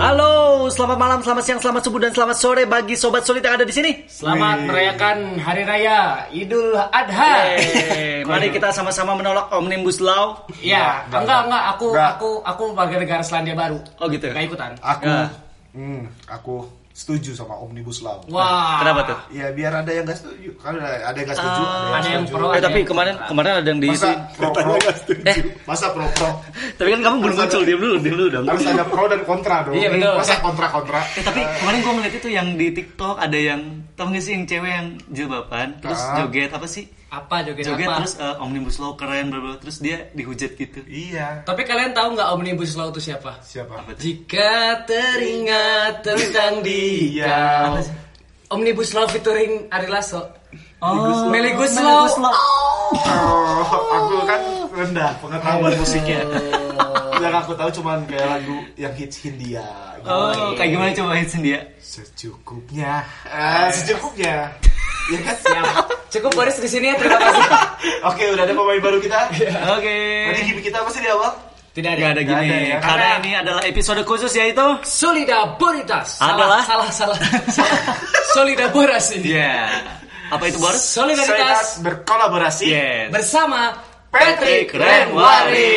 Halo, selamat malam, selamat siang, selamat subuh, dan selamat sore bagi sobat solid yang ada di sini. Selamat merayakan Hari Raya Idul Adha. Mari kita sama-sama menolak Omnibus Law. Ya, enggak. Aku warga negara Selandia Baru. Oh gitu. Enggak ikutan. Aku setuju sama Omnibus Law. Wah. Kenapa tuh? Ya biar ada yang nggak setuju. Kan ada yang nggak setuju, ada yang setuju. pro. Tapi kemarin ada yang di Masa pro? Masa pro? Tapi kan kamu belum muncul, diam dulu dong. Harus ada pro dan kontra dong. Iya, betul. Masa kontra? Tapi kemarin gue ngeliat itu yang di TikTok ada yang, tau gak sih yang cewek yang jilbaban terus joget apa sih? Apa joget Joget apa? terus Omnibus Law keren bla terus dia dihujat gitu. Iya. Tapi kalian tahu nggak Omnibus Law itu siapa? Siapa? Apa tuh? Jika teringat tentang dia. Apa sih? Omnibus Law featuring Ari Lasso. Oh, Melly Guslow. Aku kan rendah pengetahuan musiknya. Yang aku tahu cuman kayak lagu yang hits Hindia. Gitu. Oh, kayak gimana coba hits dia? Secukupnya. Secukupnya. Ya kan? Siap. Cukup Boris di sini ya, terima kasih. Oke, udah ada pemain baru kita. Oke. Tadi gimmick kita apa sih di awal? Tidak Gak ada gini. ada ya. Karena ini adalah episode khusus yaitu Solidaritas. Adalah? Salah. Solidaritas ini. ya. Apa itu Boris? Solidaritas berkolaborasi Yes. bersama Patrick Renwari.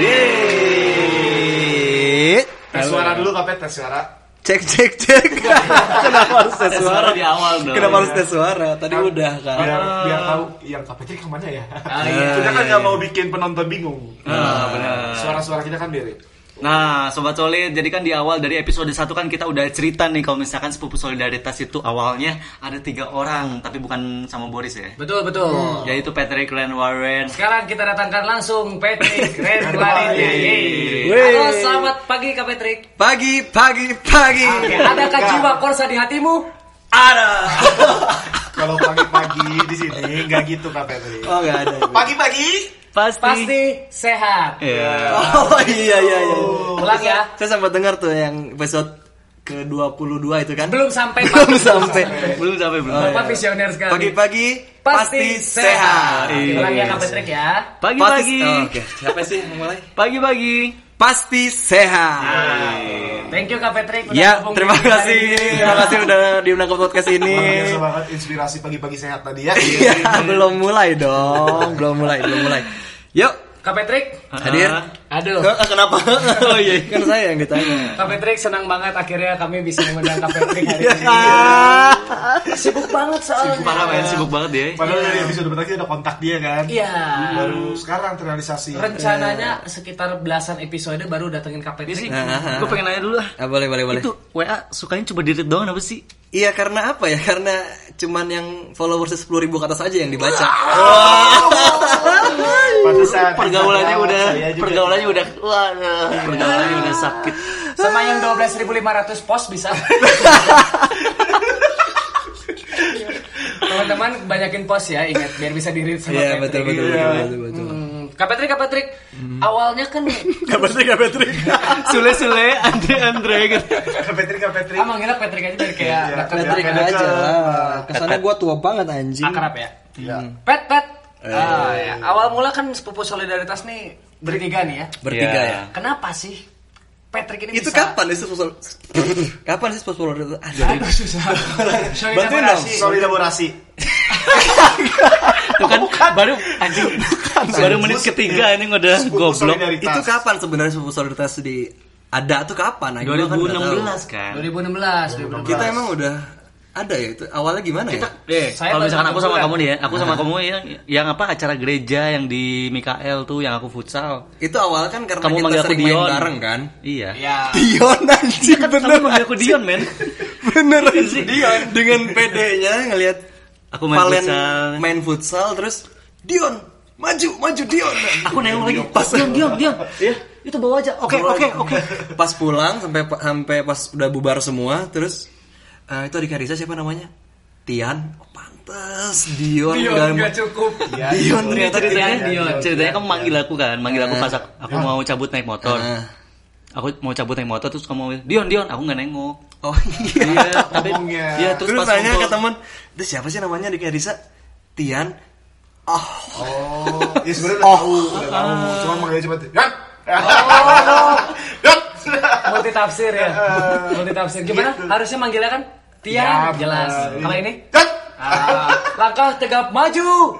Tes suara dulu Kak, tes suara. Cek. Kenapa harus tes suara? Di awal dong. Kenapa harus tes suara? Tadi udah kan. Biar tahu yang Kak Patrick kemana ya. Iya. Kita kan nggak mau bikin penonton bingung. Benar. Suara-suara kita kan mirip. Nah, Sobat Solid, jadi kan di awal dari episode 1 kan kita udah cerita nih kalau misalkan sepupu solidaritas itu awalnya ada 3 orang, tapi bukan sama Boris ya. Betul. Yaitu Patrick Renwari. Sekarang kita datangkan langsung Patrick Renwari. Halo, selamat pagi Kak Patrick. Pagi. Oke, adakah jiwa korsa di hatimu? Ada. Kalau pagi-pagi di sini nggak gitu Kak Patrick. Oh nggak ada. Pagi-pagi Pasti sehat. Iya. Oh iya. Ulang ya. Saya sempat dengar tuh yang episode ke-22 itu kan. Belum sampai. Belum sampai. Bapak visioner sekali. Pagi-pagi pasti sehat. Ulang ya Kak Patrick ya. Pagi-pagi. Oke. Siapa sih yang mulai? Pagi-pagi. Pasti sehat. Thank you Kak Patrick. udah Ya, gabung terima di hari kasih. ini. Terima kasih udah diundang ke podcast Luar ini. biasa banget inspirasi pagi-pagi sehat tadi ya. Iya, belum mulai dong. Belum mulai. Yuk, Kak Patrick. hadir. Aduh. Kenapa? Oh iya, kan saya yang ditanya. Kak Patrick senang banget akhirnya kami bisa mengundang Kak Patrick hari ini. Sibuk banget soalnya. Parah men, sibuk banget dia. Padahal dari episode pertama kita ada kontak dia kan. Iya. Baru sekarang terrealisasi. Rencananya sekitar belasan episode baru datengin Kak Ini sih, Patrick. gue pengen nanya dulu lah. Boleh. Itu WA sukanya coba di-read doang apa sih? Iya, karena apa ya? Karena cuman yang followersnya 10.000 ke atas aja yang dibaca. Pantesan Pergaulannya saya juga. pergaulannya udah sakit. Sama yang 12.500 post bisa. Teman-teman banyakin post ya, ingat biar bisa diri sama Iya, Patrick. betul. Kak Patrick, awalnya kan Kak Patrick. Sule Andre gitu. Kak Patrick. manggilnya Patrick aja dari kayak Iya, dekat Patrick Patrick. aja lah. Kesannya gue tua banget anjing. akrab ya. Iya. Pet. Ya. Awal mula kan sepupu solidaritas nih bertiga nih ya. Bertiga Iya. ya. Kenapa sih Patrick ini Itu bisa? kapan sih Kapan sih follower itu? Aduh, susah. Bantuin dong. Solidarasi. Tuh kan baru anjing. Baru menit ketiga ini udah Sepupu goblok. solidaritas. Itu kapan sebenarnya sepupu solidaritas di ada tuh kapan? Nah, gua kan nggak tahu. 2016 kan. 2016. Kita emang udah ada ya itu awalnya gimana ya? Saya Kalau misalkan baru aku sama bulan. kamu nih ya, aku sama kamu yang apa acara gereja yang di Mikael tuh yang aku futsal. Itu awalnya kan karena Kamu kita manggil aku sering main Dion. bareng kan? Iya. Ya. Dion anjing Kamu manggil aku Dion, men. Bener sih Dion dengan PD-nya ngelihat Aku main Valen futsal. main futsal terus Dion maju Dion. Aku nengok lagi. Dion. Ya, itu bawa aja. Oke. Pas pulang sampai pas udah bubar semua terus itu adik Karisa siapa namanya? Tian. Oh, pantes Dion Nggak cukup. Dion ternyata Ceritanya kamu manggil aku pas aku mau cabut naik motor. Aku mau cabut naik motor terus kamu Dion, aku nggak nengok. Oh Iya, tapi Ngomongnya. iya terus terus pas nanya ke ngumpul- teman, "Itu siapa sih namanya adik Karisa?" Tian. Oh, ya sebenarnya udah tahu. Cuma manggilnya cuma Yan. Multi tafsir ya. Multi tafsir. Gimana? Harusnya manggilnya kan Tian, jelas. Kalau ini? Langkah tegap maju.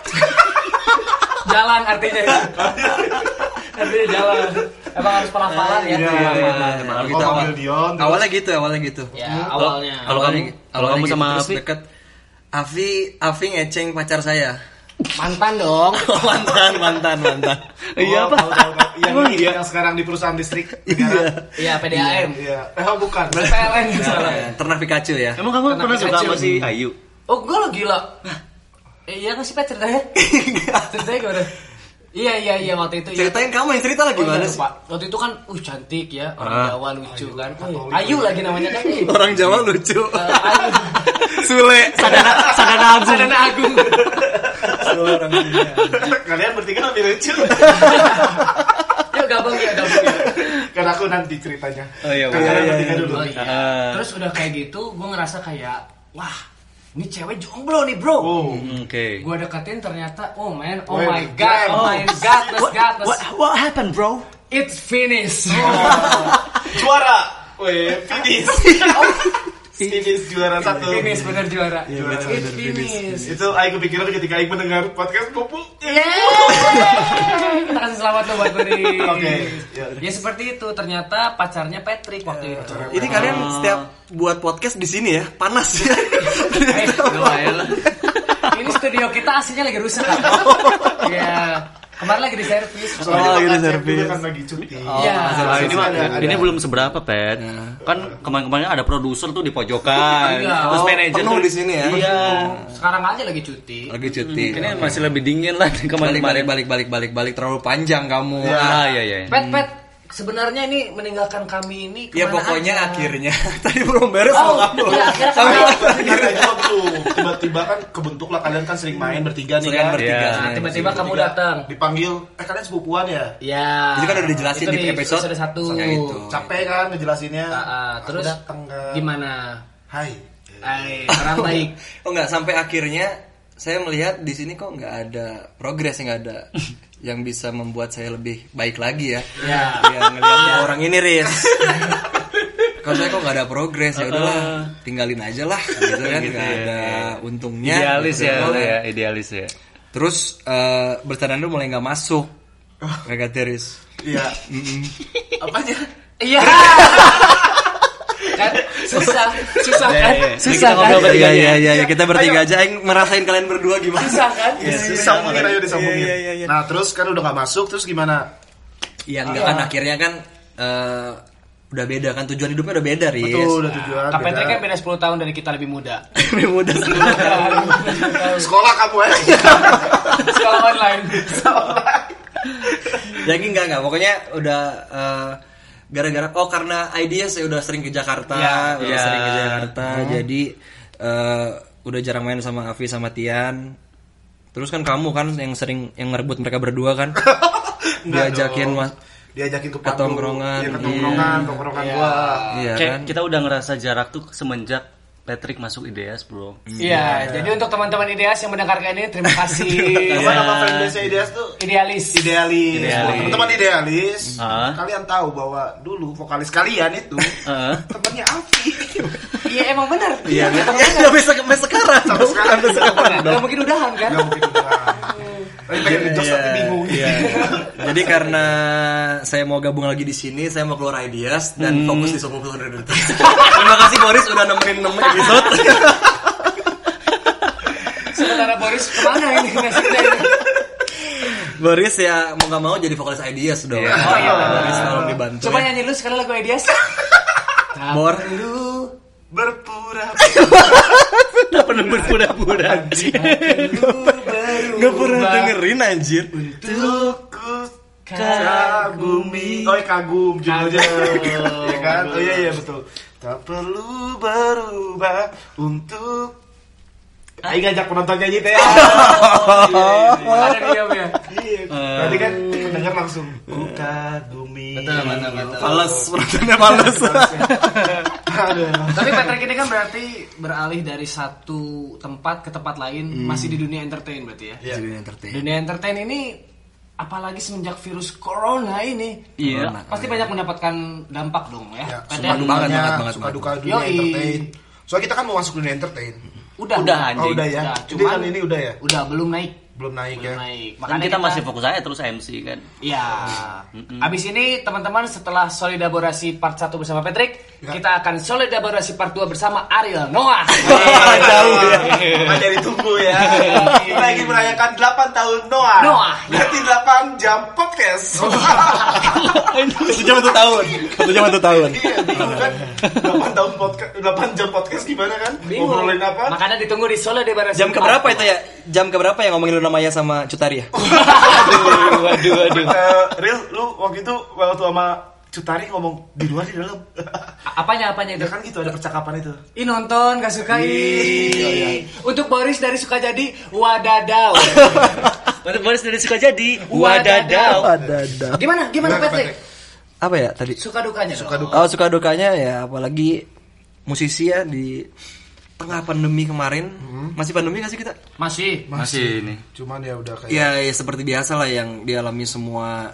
Jalan artinya. Artinya jalan. Emang harus pelafalan ya. Kalau kita awalnya gitu. Ya, awalnya. Kalau kamu sama terus Afi deket. Afi ngeceng pacar saya. Mantan dong. mantan. Iya apa? Yang sekarang di perusahaan listrik negara. Iya, PDAM. Iya. Bukan. PLN salah. Ternak Pikachu ya. Emang kamu pernah suka sama Pikachu. si Ayu? Oh, gue lo gila. Iya kan sih Pak ceritanya? Ceritanya gimana? Iya waktu itu. Ceritain kamu yang cerita lah gimana sih? Waktu itu kan cantik ya, orang Jawa lucu kan. Ayu lagi namanya kan. Orang Jawa lucu. Ayu. Sule. Sadana Agung. Sule orang Jawa. Kalian bertiga lebih lucu. Yuk gabung ya. Karena aku nanti ceritanya. Oh iya. Kalian bertiga dulu. Oh iya. Terus udah kayak gitu, gue ngerasa kayak, wah, ini cewek jomblo nih bro. Oke. Gue deketin ternyata, oh my Wait, god, What happened, bro? it's finished. Juara. Finish. Finish juara 1. Finish bener juara. bener, It's finish. finished. Itu Aing kepikiran ketika Aing mendengar podcast Pupu. Kita kasih selamat lo buat Budi. Oke. Ya seperti itu, ternyata pacarnya Patrick waktu itu. Ini kalian setiap buat podcast di sini ya, panas ya. Lumayan lah. Ini studio kita aslinya lagi rusak kan? Iya. Kemarin lagi di servis. Soalnya gitu, Kak Cep servis. juga kan lagi cuti. Iya. Ini belum seberapa, Pet. Kan kemarin-kemarin ada produser tuh di pojokan. Iya. Terus manajer penuh tuh di sini ya. Iya. Sekarang aja lagi cuti. Lagi cuti. Ini masih lebih dingin lah kemarin-kemarin. Balik terlalu panjang kamu. Iya. Pet, sebenarnya ini meninggalkan kami ini Ya kemana pokoknya aja? akhirnya tadi belum beres Oh, sama kamu. iya, akhirnya Sampai kemana? Tiba-tiba kan kebentuk lah, kalian kan sering main bertiga nih kan. bertiga. Iya. Nah, tiba-tiba kamu datang. Dipanggil, kalian sepupuan ya? Ya. Itu kan udah dijelasin Itu di episode episode 1. Ya, itu. Capek kan ngejelasinnya. Terus Aku datang kan. gimana? Hai. Orang baik. Oh enggak, sampai akhirnya saya melihat di sini kok nggak ada progres, nggak ada yang bisa membuat saya lebih baik lagi ya. Ya. Yang ngeliat orang ini Riz. Kalau saya kok nggak ada progres, ya udahlah tinggalin aja lah gitu kan, Gitu nggak ya. ada untungnya. Idealis gitu. ya, idealis ya. Terus bercanda mulai nggak masuk. Kagak Riz. Iya. Apanya? Iya. Kan susah kan? Iya. Susah Kita kan? ngobrol bertiga. Iya, kita bertiga aja yang merasain kalian berdua gimana. Susah kan? Disambungin ayo disambungin. Iya. Nah terus kan udah gak masuk, terus gimana? Ya enggak kan akhirnya kan udah beda kan, tujuan hidupnya udah beda, Riz. Betul, udah tujuan. Kak Patrick beda. kan beda 10 tahun dari kita lebih muda. Lebih mudah Sekolah kamu ya? Sekolah online. Jadi enggak pokoknya udah gara-gara karena ideas saya udah sering ke Jakarta, jadi udah jarang main sama Afi sama Tian. Terus kan kamu kan yang sering yang ngerebut mereka berdua kan. Diajakin Diajakin ke tongkrongan. Iya, ke tongkrongan gua. Iya Kayak kan. kita udah ngerasa jarak tuh semenjak Patrick masuk IDEAS, bro. Iya, jadi untuk teman-teman Ideas yang mendengarkan ini terima kasih. Apa nama fanbase Ideas tuh? Idealis. Idealis. Idealis. Teman Idealis. Ah. Kalian tahu bahwa dulu vokalis kalian itu temannya Afi. Iya emang benar. Iya, ya bisa sampai sekarang. Sampai sekarang. Gak mungkin udahan kan? Gak mungkin udah. Tapi pengen ngejos tapi bingung. Iya. Jadi karena saya mau gabung lagi di sini, saya mau keluar ideas dan fokus di Sopo Prioritas. Terima kasih Boris udah nemenin episode. Sementara Boris kemana ini nasibnya ini? Boris ya mau nggak mau jadi vokalis ideas dong. Oh iya. Boris tolong dibantu. Coba ya. nyanyi lu sekali lagu Ideas. Bor. Lu berpura Udah pernah berpura-pura anjing. Nggak pernah dengerin anjir. untukku kagumi. Kagum judulnya. Iya kan? Oh iya betul. Tak perlu berubah untuk Aing ngajak penonton nyanyi teh. Ada diam ya. Tadi kan pendengar langsung ku kagumi. Betul. Males, penontonnya males. Tapi Patrick ini kan berarti beralih dari satu tempat ke tempat lain, masih di dunia entertain berarti ya. Iya. Jadi entertain. Dunia entertain ini apalagi semenjak virus corona ini. Iya. Pasti banyak mendapatkan dampak dong ya. Ya, Ada suka dukanya, banget. suka duka dunia entertain. Soalnya kita kan mau masuk dunia entertain. udah anjing. Oh, udah ya. Udah, Jadi kan ini udah ya. Udah belum naik. Belum naik ya. Makanya kita masih fokus aja terus MC kan. Iya. Abis ini teman-teman setelah solidaborasi part 1 bersama Patrick, kita akan solidaborasi part 2 bersama Ariel Noah. Jauh ya. Makanya ditunggu ya. Kita lagi merayakan 8 tahun Noah. Berarti 8 jam podcast. Satu jam 1 tahun. Iya, bingung kan. 8 tahun podcast, 8 jam podcast gimana kan? Bingung. Ngobrolin apa? Makanya ditunggu di solidaborasi. Jam keberapa itu ya? Jam keberapa yang ngomongin Luna Maya sama Cutari ya? Waduh. Real, lu waktu itu sama Cutari ngomong di luar di dalam. Apanya itu? Ya kan gitu ada percakapan itu. Ih nonton gak suka Iya. Untuk Boris dari Sukajadi, wadadaw. Untuk Boris dari Sukajadi, wadadaw. Gimana Patrick? Apa ya tadi? Suka dukanya. Oh, suka dukanya ya apalagi musisi ya di tengah pandemi kemarin. Masih pandemi gak sih kita? Masih ini. Cuman ya udah kayak Ya seperti biasa lah yang dialami semua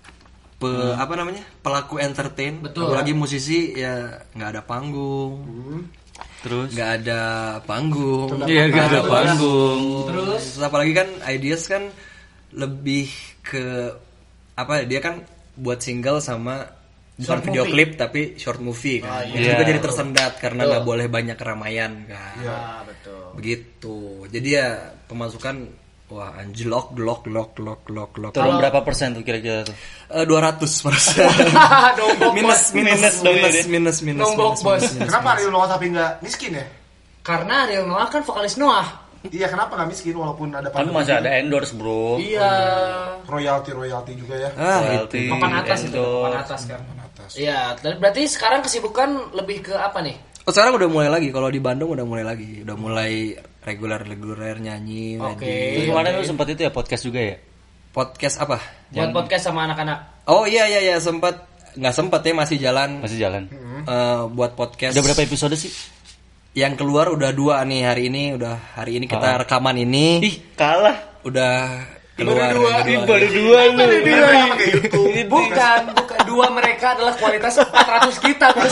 apa namanya? Pelaku entertain. Betul. Apalagi musisi ya nggak ada panggung. Terus Nggak ada panggung. Iya, nggak ada panggung. Terus apalagi kan Ideas kan lebih ke apa? Dia kan buat single sama bukan Short video movie. klip tapi short movie kan. Itu iya. juga jadi tersendat karena nggak boleh banyak keramaian kan. Ah, betul. Begitu. Jadi ya pemasukan wah anjlok glok. turun berapa persen tuh kira-kira tuh? 200%. Nombok minus. Nombok bos. Kenapa Ariel Noah tapi nggak miskin ya? Karena Ariel Noah kan vokalis Noah. Iya, kenapa nggak miskin walaupun ada Kan pandemi? masih ada endorse, Bro. Iya. royalti juga ya. Royalty, Papan atas itu, endorse. papan atas kan. Atas. Iya, berarti sekarang kesibukan lebih ke apa nih? Oh, sekarang udah mulai lagi. Kalau di Bandung udah mulai lagi. Udah mulai reguler nyanyi. Oke. Terus kemarin lu sempat itu ya podcast juga ya? Podcast apa? Buat podcast sama anak-anak. Oh iya sempat. Nggak sempat ya, masih jalan. Masih jalan. Buat podcast. Udah berapa episode sih? Yang keluar udah 2 nih hari ini kita rekaman ini. Ih, kalah. Udah keluar Baru dua lu. Pakai YouTube. Bukan dua mereka adalah kualitas 400 kita, Bos.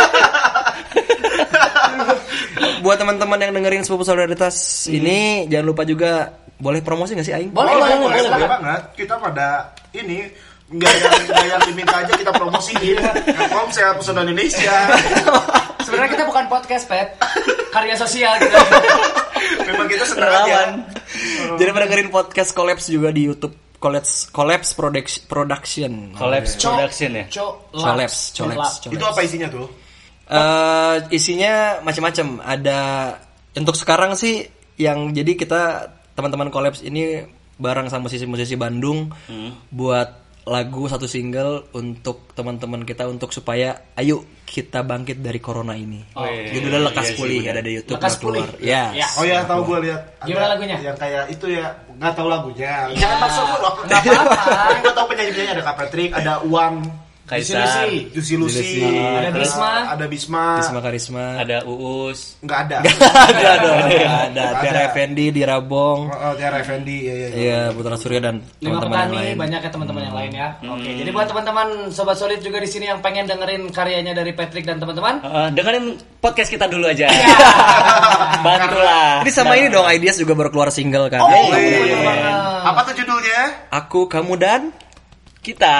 Buat teman-teman yang dengerin Sepupu Solidaritas ini jangan lupa juga boleh promosi nggak sih Aing? Boleh banget. Kita pada ini nggak yang diminta aja kita promosiin. Komsel Pesona Indonesia. Sebenarnya kita bukan podcast, Pet. Karya sosial gitu. Memang kita senang aja. Jadi pada dengerin podcast Collapse juga di YouTube. Collapse Production. Collapse Production ya? Collapse. Itu apa isinya tuh? Isinya macam-macam. Ada untuk sekarang sih yang jadi kita teman-teman Collapse ini bareng sama musisi-musisi Bandung buat lagu satu single untuk teman-teman kita untuk supaya ayo kita bangkit dari corona ini. Judulnya Lekas Pulih, ada di YouTube. Lekas keluar. Pulih. Ya. Oh ya, tahu gue lihat. Gimana lagunya? Yang kayak itu ya, nggak tahu lagunya. Jangan maksud lu dong. Nggak apa-apa. Gue tahu penyanyi-penyanyi ada Kak Patrick, ada Uwan, Kaisar. Lucy Lucy, Ada Bisma. ada Bisma, Bisma Karisma. Ada Uus. nggak ada. Ada Tiara Effendi di Rabong. Tiara Effendi, iya. Iya, Putra Surya dan Lima teman-teman yang petani, lain. banyak ya teman-teman yang lain ya. Oke, jadi buat teman-teman Sobat Solid juga di sini yang pengen dengerin karyanya dari Patrick dan teman-teman, Dengerin podcast kita dulu aja. Bantulah. Ini sama ini dong, Ideas juga baru keluar single kan. bener banget. Apa tuh judulnya? Aku, kamu dan Kita.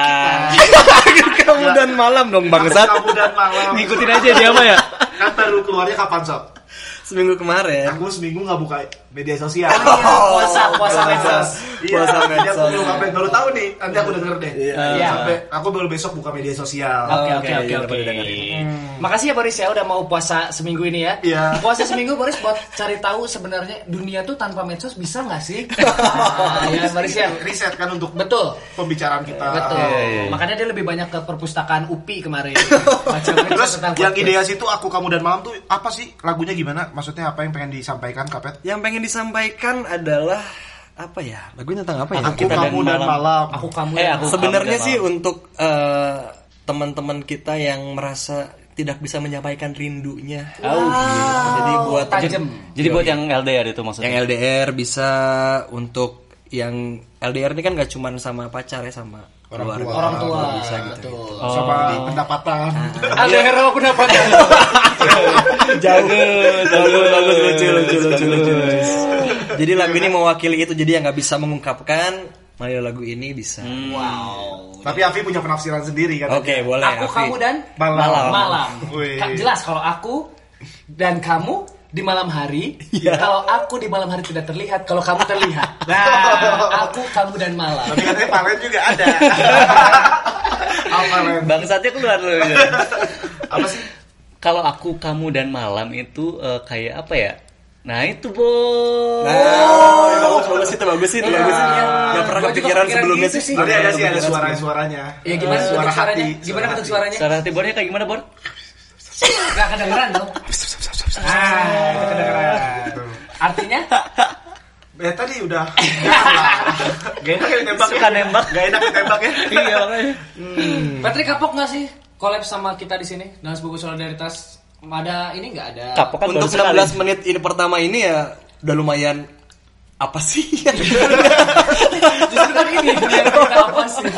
kamu dan malam dong bangsat. Kamu dan malam. Ngikutin aja dia mah ya. Kan baru keluarnya kapan, Sob? Seminggu kemarin. Aku seminggu nggak buka media sosial. puasa medsos. Iya, Puasa jadi aku medsos. belum update, baru tahu nih. Nanti aku denger deh. Iya. Sampai aku baru besok buka media sosial. Oke. iya, pada dengerin. Makasih ya Boris ya udah mau puasa seminggu ini ya. Iya. Puasa seminggu Boris buat cari tahu sebenarnya dunia tuh tanpa medsos bisa nggak sih? Ya Boris ya. Riset kan untuk Betul. pembicaraan kita. Betul. Iya. Makanya dia lebih banyak ke perpustakaan UPI kemarin. Baca Terus medsos tentang yang podcast. ideas itu Aku, Kamu dan Malam tuh apa sih? Lagunya gimana? Maksudnya apa yang pengen disampaikan, Kapet? Yang pengen disampaikan adalah apa ya? Lagunya tentang apa ya? Aku, Kamu dan Malam. Aku kamu Aku Sebenarnya kamu sih dan untuk teman-teman kita yang merasa tidak bisa menyampaikan rindunya. Jadi buat tajem. Jadi buat yang LDR itu maksudnya. yang LDR bisa untuk yang LDR ini kan gak cuman sama pacar ya, sama Orang keluarga. tua. Orang tua. Bisa gitu. Betul. Sama pendapatan. Ada hero pendapatan. Bagus, lucu. Jadi lagu ini mewakili itu, jadi yang nggak bisa mengungkapkan melalui lagu ini bisa. Wow. Tapi Afi punya penafsiran sendiri kan. Oke, boleh. Aku, Afi. kamu dan Malam. malam. Wih. Jelas kalau aku dan kamu di malam hari. Kalau aku di malam hari tidak terlihat, kalau kamu terlihat. Nah, aku, kamu dan malam. Tapi katanya Palen juga ada. Apa Len? Bangsatnya keluar loh. Apa sih? Kalau aku, kamu dan malam itu kayak apa ya? Nah itu Bo. Bagus itu. Gak pernah Gua juga kepikiran sebelumnya gitu sih. Tadi ada sih ada suaranya. Ya gimana Suara bentuk suaranya? hati. Gimana bentuk suaranya? Suara hati Bornya kayak gimana Bor? Gak kedengeran dong. Kedengeran. Artinya? Ya tadi udah. Gak enak ya ditembak. Suka nembak. Gak enak ditembak ya. Iya makanya. Patrick, kapok nggak sih collab sama kita di sini dengan Sebuku Solidaritas? Ada ini nggak ada? Kapok kan Untuk baru 16 menit ini pertama ini ya udah lumayan apa sih? Justru kan ini biar kita apa sih?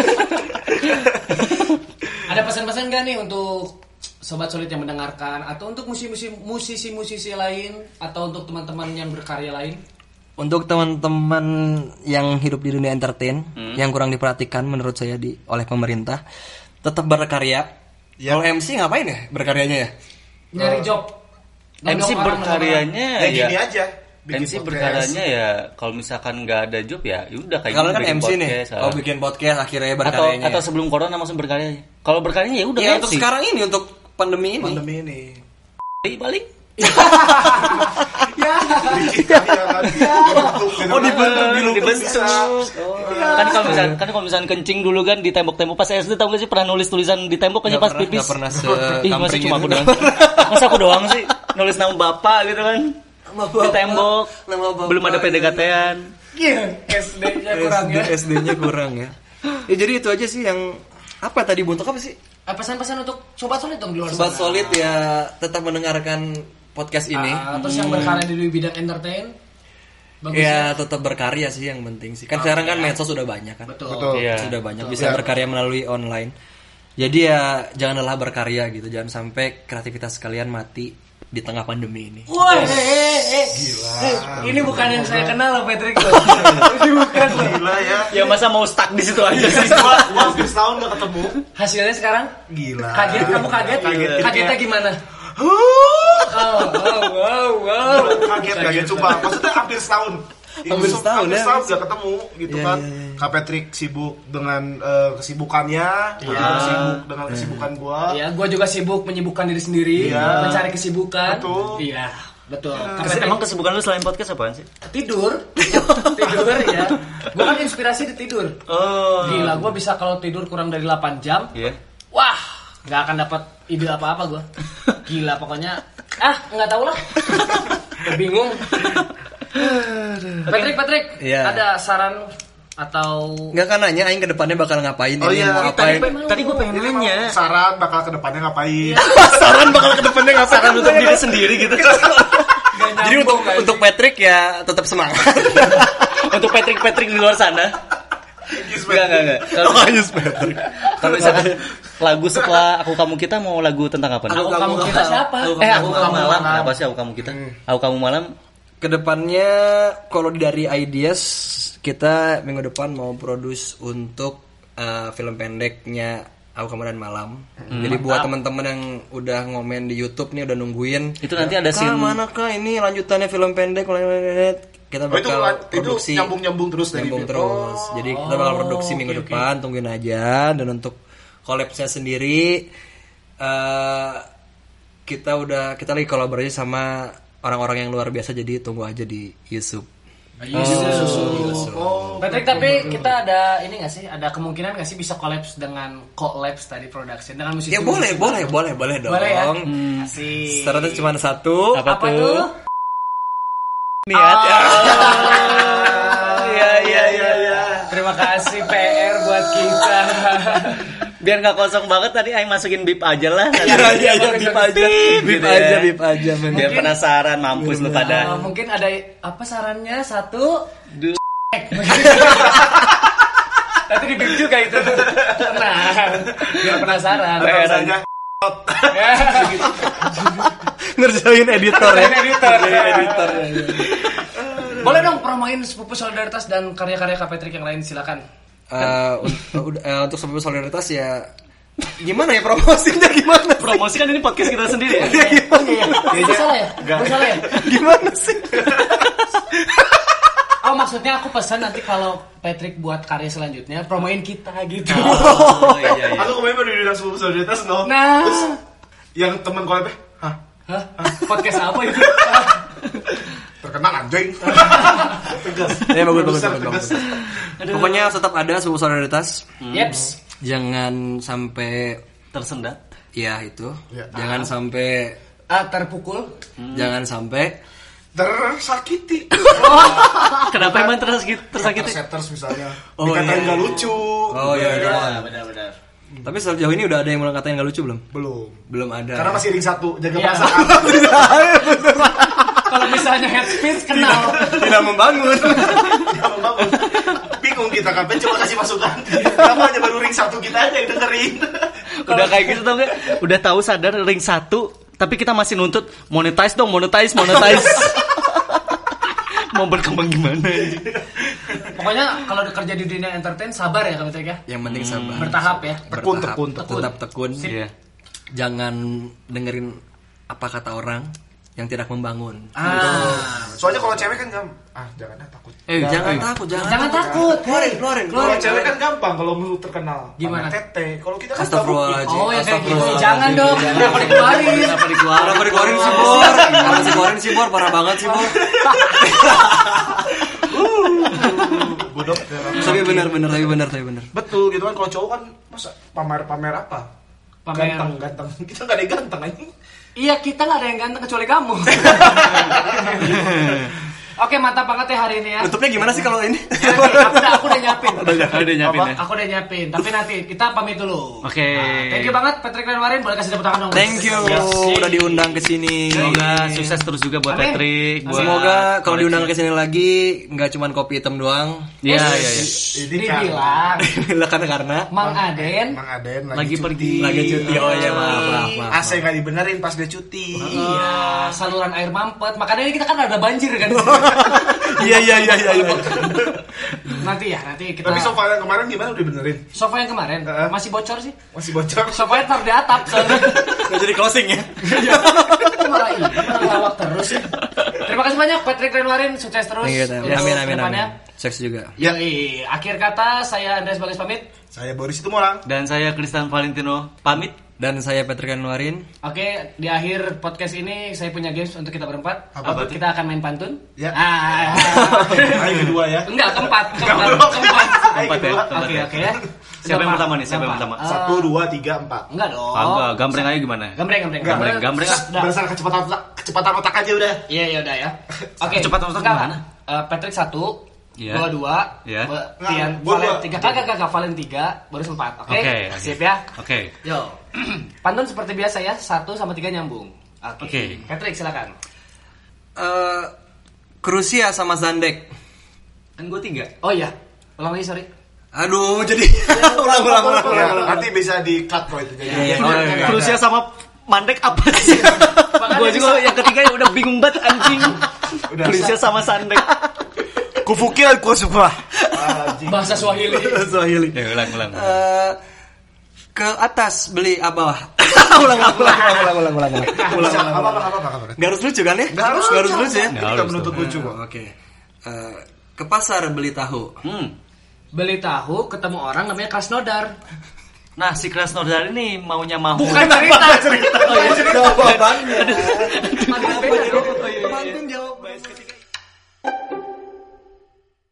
Ada pesan-pesan nggak nih untuk Sobat Solid yang mendengarkan, atau untuk musisi-musisi lain, atau untuk teman-teman yang berkarya lain? Untuk teman-teman yang hidup di dunia entertain yang kurang diperhatikan menurut saya oleh pemerintah, tetap berkarya. Kalau MC ngapain ya berkaryanya ya? Nyari job. MC berkaryanya Ya gini aja. bikin MC podcast. berkaryanya ya kalau misalkan nggak ada job ya udah kayak Kalau gini, kan bikin MC nih, podcast, oh bikin podcast akhirnya berkaryanya. atau sebelum corona langsung berkaryanya. Kalau berkaryanya ya udah ya MC. untuk sekarang ini, untuk pandemi ini. Pandemi ini. Balik. Oh dibentuk Kan kalau misalkan kencing dulu kan di tembok-tembok pas SD, tahu gak sih pernah nulis tulisan di tembok kan pas pipis. Gak pernah Ih, masa se-kampring cuma itu. aku doang. Masa aku doang sih nulis nama bapak gitu kan. Di tembok. Nama bapak. Belum ada PDKT-an. Iya, SD-nya kurang ya. SD-nya kurang ya. Ya jadi itu aja sih yang apa tadi bentuk apa sih? Pesan-pesan untuk Sobat Solid dong di luar Sobat sana. Solid ya tetap mendengarkan podcast ini. Terus yang berkarya di bidang entertain, bagus Ya tetap berkarya sih yang penting sih. Kan sekarang kan medsos sudah banyak kan. Betul. Iya. Sudah banyak bisa berkarya melalui online. Jadi ya jangan lelah berkarya gitu. Jangan sampai kreativitas kalian mati di tengah pandemi ini. Wah, gila. Ini bukan yang saya kenal loh, Patrick. Ini bukan. Gila ya. Ya masa mau stuck di situ aja sih. Hampir setahun gak ketemu. Hasilnya sekarang Gila. kaget, kamu kaget? Kaget. Kagetnya gimana? Kaget sumpah. Maksudnya hampir setahun. Hampir setahun ya. Hampir setahun gak ketemu gitu Iya, kan. iya, iya. Kak Patrick sibuk dengan kesibukannya, gue juga sibuk dengan kesibukan gue. Ya, gue juga sibuk menyibukkan diri sendiri, Iya. mencari kesibukan. Betul. Iya, betul. Emang kesibukan lu selain podcast apaan sih? Tidur ya. Gue kan inspirasi di tidur. Oh. Gila, gue bisa kalau tidur kurang dari 8 jam. Iya. Wah, nggak akan dapat ide apa-apa gue. Gila, pokoknya nggak tahu lah. Bingung. Patrick, Iya. ada saran atau Enggak kan nanya aing ke depannya bakal ngapain Oh ini iya, mau Tadi apain. gue pengen nanya. Saran bakal ke depannya ngapain? Saran bakal ke depannya ngapain? Saran untuk diri sendiri gitu. Jadi untuk Patrick ya tetap semangat. Untuk Patrick di luar sana. Enggak. Kalau misalkan lagu setelah Aku Kamu Kita mau lagu tentang apa nih? Aku kamu kita siapa? Aku Kamu Malam. Kenapa sih Aku Kamu Kita? Aku Kamu Malam. Kedepannya kalau dari ideas kita minggu depan mau produce untuk film pendeknya Aku Kamu dan Malam. Jadi buat teman-teman yang udah ngomen di YouTube nih udah nungguin. Itu nanti ada scene. Manakah ini lanjutannya film pendek? Kita bakal produksi nyambung terus dari nyambung video. terus. Jadi kita bakal produksi minggu depan, tungguin aja. Dan untuk collab-nya sendiri kita lagi kolaborasi sama orang-orang yang luar biasa, jadi tunggu aja di YouTube. Patrick, tapi kita ada ini nggak sih? Ada kemungkinan nggak sih bisa collabs dengan collabs tadi production dengan musisi? Ya boleh dong. Boleh ya. Asik. Syaratnya cuma satu. Apa tuh? tuh? Niat ya. Iya. Terima kasih PR buat kita. Biar nggak kosong banget tadi Aing masukin bip aja lah. Iya, bip aja. Biar penasaran mampus lu pada. Mungkin ada apa sarannya? Satu. Nanti dibip juga itu. Tenang, biar penasaran. Rasanya Ngerjain editor ya. Editor. Boleh dong promoin Sepupu Solidaritas dan karya-karya Kak Patrick yang lain, silakan. Untuk Sepupu Solidaritas ya gimana ya promosinya gimana? Promosi kan ini podcast kita sendiri ya. Salah ya? Gimana sih? Oh, maksudnya aku pesan nanti kalau Patrick buat karya selanjutnya promoin kita gitu. Oh iya. aku kemarin baru diundang Sepupu Solidaritas no. Nah, Terus yang teman kolabnya, hah? podcast apa itu? Terkenal anjing. Tegas. Ya bagus. Tegas. Pokoknya tetap ada Sepupu Solidaritas. Yeps. Jangan sampai Tersendat. ya itu. Ya. Jangan sampai Terpukul. jangan sampai Tersakiti. Kenapa emang tersakiti? Seters misalnya. Oh, Dikatain iya. nggak lucu. Oh iya. Benar. Tapi sejauh ini udah ada yang ngatain nggak lucu belum? Belum Ada. Karena masih ring 1, jaga Iya. perasaan. Kalau misalnya headspace kenal. Tidak membangun. Dia membangun. Bingung kita kan, coba kasih masukan. Kamu hanya baru ring 1 kita aja yang dengerin. Udah kayak gitu tau gak? Udah tahu sadar ring 1, tapi kita masih nuntut monetize. Mau berkembang gimana? Pokoknya kalau kerja di dunia entertain sabar ya Kak Patrick ya. Yang penting sabar. Bertahap ya. Tekun. Tetap tekun. Iya. Jangan dengerin apa kata orang yang tidak membangun. Soalnya kalau cewek kan jangan takut. Jangan takut. Jangan takut. Keluarin. Kalau cewek kan gampang kalau mau terkenal. Gimana? Tete. Kalau kita kan Astagfirullahaladzim. Oh ya kayak gitu. Jangan dong. Kenapa dikeluarin? Kenapa dikeluarin? Kenapa dikeluarin sih Bor? Kalau dikeluarin sih Bor, parah banget sih Bor. Bodoh. Tapi benar. Betul gitu kan, kalau cowok kan masa pamer apa? Pamer. Ganteng. Kita nggak ada yang ganteng aja. Iya, kita nggak ada yang ganteng kecuali kamu. Oke, mantap banget ya hari ini ya. Tutupnya gimana sih kalau ini? Aku udah nyiapin. Udah nyiapin ya. Aku udah nyiapin. Tapi nanti kita pamit dulu. Oke. Thank you banget Patrick dan Warin, boleh kasih tepuk tangan dong. Thank you udah diundang ke sini. Semoga sukses terus juga buat Amin. Patrick. buat Semoga kalau koleksi. diundang ke sini lagi nggak cuma kopi hitam doang. Iya. Ini kan Dibilang karena Mang Aden. Mang Aden Lagi pergi. lagi cuti. Oh ya maaf. AC nggak dibenerin pas dia cuti. Iya, saluran air mampet. Makanya ini kita kan ada banjir kan. Iya. Nanti kita. Tapi sofa yang kemarin gimana, udah benerin? Sofa yang kemarin masih bocor sih. Masih bocor. Sofanya tar di atap soalnya. Nggak jadi closing ya. Malah lawak terus sih. Terima kasih banyak Patrick dan Warin, sukses terus. Amin. Depannya. Sukses juga. Yoi, akhir kata saya Andreas Bagas pamit. Saya Boris Tumorang. Dan saya Kristan Valentino pamit. Dan saya Patrick Anwarin. Oke, di akhir podcast ini saya punya games untuk kita berempat. Apa tuh? Kita akan main pantun. Ya. Ayo kedua ya. Enggak, keempat. Keempat ya. Oke ya. Siapa yang pertama nih? Siapa yang pertama? 1, 2, 3, 4. Enggak dong. Kagak, gambreng aja gimana? Gambreng. Gambreng. Udah. Berdasarkan kecepatan otak aja udah. Iya, ya udah ya. Oke. Kecepatan otak enggak, gimana? Patrick 1, Iya. gua 2, Iya. Tian Gua Valen 3. dua. Kagak Valen 3, Boris 4. Oke. Oke. Sip ya. Oke. Yo. Pantun seperti biasa ya, 1 sama 3 nyambung. Oke. Patrick silakan. Krusia sama Zandek. Kan gue 3. Oh iya. Ulang lagi, sorry. Aduh, jadi ulang. Ya, nanti bisa di cut kok itu. Jadi Rusia sama Mandek apa sih? Gue juga yang ketiga udah bingung banget anjing. Rusia sama Sandek. Kufukil kusuka. Bahasa Swahili. Swahili. Ya ulang. Ke atas beli bawah. ulang. Apa? Gak harus lucu kan ya? Gak harus lucu ya? Kita menuntut lucu kok. Oke. Ke pasar beli tahu. Beli tahu ketemu orang namanya Krasnodar. Nah si Krasnodar ini maunya mau. Bukan cerita. Oh, iya, cerita.